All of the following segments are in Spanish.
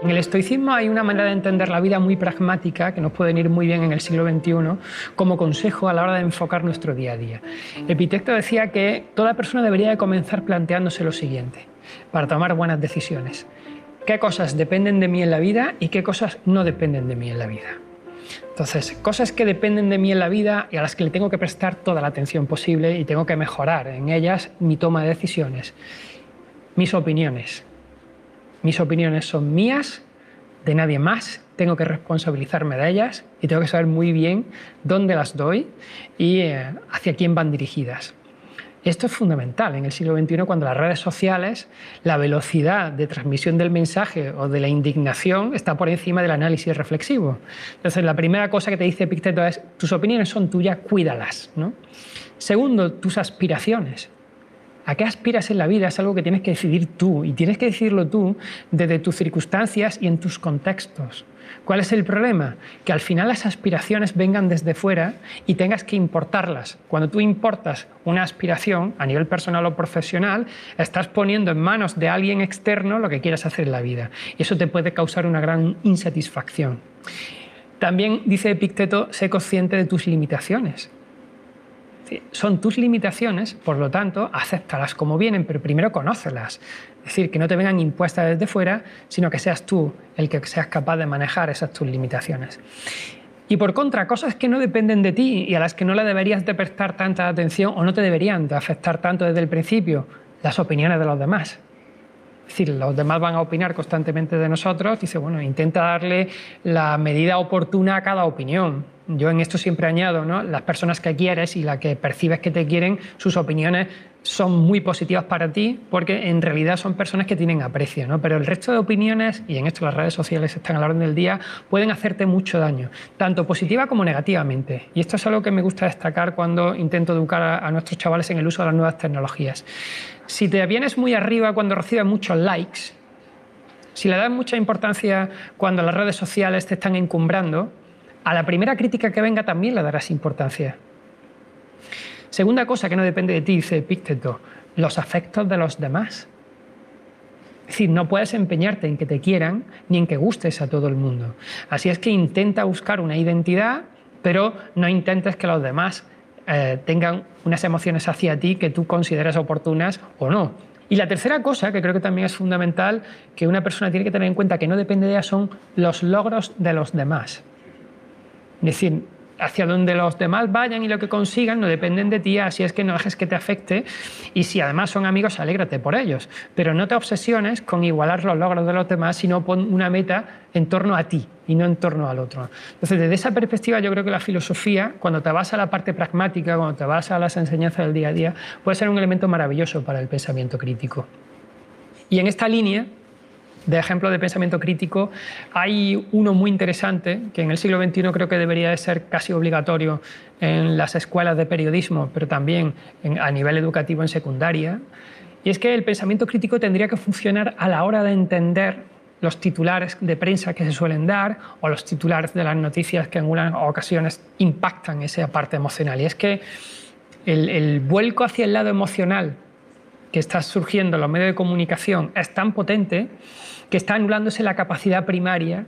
En el estoicismo hay una manera de entender la vida muy pragmática que nos puede venir muy bien en el siglo XXI como consejo a la hora de enfocar nuestro día a día. Epicteto decía que toda persona debería de comenzar planteándose lo siguiente para tomar buenas decisiones. ¿Qué cosas dependen de mí en la vida y qué cosas no dependen de mí en la vida? Entonces, cosas que dependen de mí en la vida y a las que le tengo que prestar toda la atención posible y tengo que mejorar en ellas mi toma de decisiones. Mis opiniones. Mis opiniones son mías, de nadie más, tengo que responsabilizarme de ellas y tengo que saber muy bien dónde las doy y hacia quién van dirigidas. Esto es fundamental en el siglo XXI cuando las redes sociales, la velocidad de transmisión del mensaje o de la indignación está por encima del análisis reflexivo. Entonces, la primera cosa que te dice Epicteto es: tus opiniones son tuyas, cuídalas, ¿no? Segundo, tus aspiraciones. ¿A qué aspiras en la vida? Es algo que tienes que decidir tú, y tienes que decidirlo tú desde tus circunstancias y en tus contextos. ¿Cuál es el problema? Que al final las aspiraciones vengan desde fuera y tengas que importarlas. Cuando tú importas una aspiración a nivel personal o profesional, estás poniendo en manos de alguien externo lo que quieras hacer en la vida. Y eso te puede causar una gran insatisfacción. También dice Epicteto, sé consciente de tus limitaciones. Son tus limitaciones, por lo tanto, acéptalas como vienen, pero primero conócelas. Es decir, que no te vengan impuestas desde fuera, sino que seas tú el que seas capaz de manejar esas tus limitaciones. Y por contra, cosas que no dependen de ti y a las que no le deberías de prestar tanta atención o no te deberían de afectar tanto desde el principio, las opiniones de los demás. Es decir, los demás van a opinar constantemente de nosotros. Dice, bueno, intenta darle la medida oportuna a cada opinión. Yo en esto siempre añado, ¿no? Las personas que quieres y las que percibes que te quieren, sus opiniones son muy positivas para ti porque en realidad son personas que tienen aprecio, ¿no? Pero el resto de opiniones, y en esto las redes sociales están a la orden del día, pueden hacerte mucho daño, tanto positiva como negativamente. Y esto es algo que me gusta destacar cuando intento educar a nuestros chavales en el uso de las nuevas tecnologías. Si te vienes muy arriba cuando recibes muchos likes, si le das mucha importancia cuando las redes sociales te están encumbrando, a la primera crítica que venga también le darás importancia. Segunda cosa que no depende de ti, dice Epicteto, los afectos de los demás. Es decir, no puedes empeñarte en que te quieran ni en que gustes a todo el mundo. Así es que intenta buscar una identidad, pero no intentes que los demás tengan unas emociones hacia ti que tú consideres oportunas o no. Y la tercera cosa, que creo que también es fundamental, que una persona tiene que tener en cuenta que no depende de ella, son los logros de los demás. Es decir, hacia donde los demás vayan y lo que consigan no dependen de ti, así es que no dejes que te afecte, y si además son amigos, alégrate por ellos, pero no te obsesiones con igualar los logros de los demás, sino pon una meta en torno a ti y no en torno al otro. Entonces, desde esa perspectiva, yo creo que la filosofía, cuando te vas a la parte pragmática, cuando te vas a las enseñanzas del día a día, puede ser un elemento maravilloso para el pensamiento crítico. Y en esta línea de ejemplo de pensamiento crítico, hay uno muy interesante que en el siglo XXI creo que debería de ser casi obligatorio en las escuelas de periodismo, pero también a nivel educativo en secundaria, y es que el pensamiento crítico tendría que funcionar a la hora de entender los titulares de prensa que se suelen dar o los titulares de las noticias que en algunas ocasiones impactan esa parte emocional. Y es que el vuelco hacia el lado emocional que está surgiendo en los medios de comunicación es tan potente que está anulándose la capacidad primaria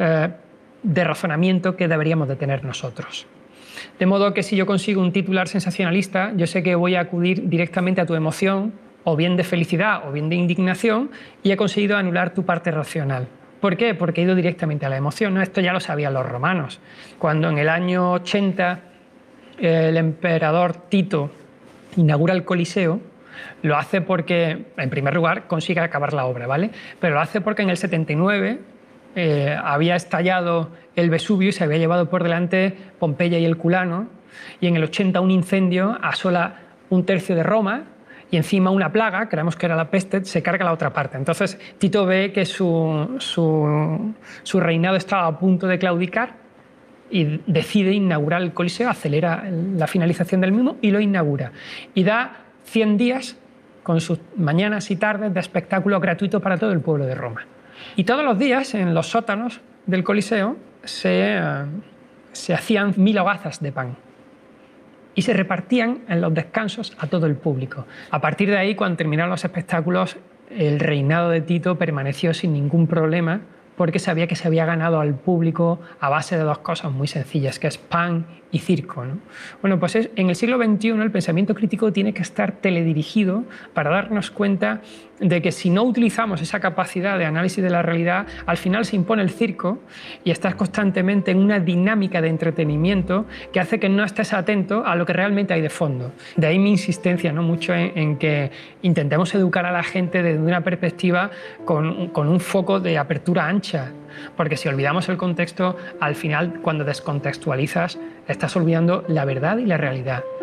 de razonamiento que deberíamos de tener nosotros. De modo que si yo consigo un titular sensacionalista, yo sé que voy a acudir directamente a tu emoción, o bien de felicidad o bien de indignación, y he conseguido anular tu parte racional. ¿Por qué? Porque he ido directamente a la emoción, ¿no? Esto ya lo sabían los romanos. Cuando en el año 80 el emperador Tito inaugura el Coliseo, lo hace porque, en primer lugar, consigue acabar la obra, ¿vale? Pero lo hace porque en el 79 había estallado el Vesubio y se había llevado por delante Pompeya y el Culano, y en el 80 un incendio asola un tercio de Roma, y encima una plaga, creemos que era la peste, se carga la otra parte. Entonces Tito ve que su reinado estaba a punto de claudicar y decide inaugurar el Coliseo, acelera la finalización del mismo y lo inaugura. Y da 100 días con sus mañanas y tardes de espectáculo gratuito para todo el pueblo de Roma. Y todos los días en los sótanos del Coliseo se hacían 1000 hogazas de pan y se repartían en los descansos a todo el público. A partir de ahí, cuando terminaron los espectáculos, el reinado de Tito permaneció sin ningún problema porque sabía que se había ganado al público a base de dos cosas muy sencillas, que es pan y circo, ¿no? Bueno, pues en el siglo XXI el pensamiento crítico tiene que estar teledirigido para darnos cuenta de que si no utilizamos esa capacidad de análisis de la realidad, al final se impone el circo y estás constantemente en una dinámica de entretenimiento que hace que no estés atento a lo que realmente hay de fondo. De ahí mi insistencia, ¿no?, mucho en que intentemos educar a la gente desde una perspectiva con un foco de apertura ancha, porque si olvidamos el contexto, al final, cuando descontextualizas, estás olvidando la verdad y la realidad.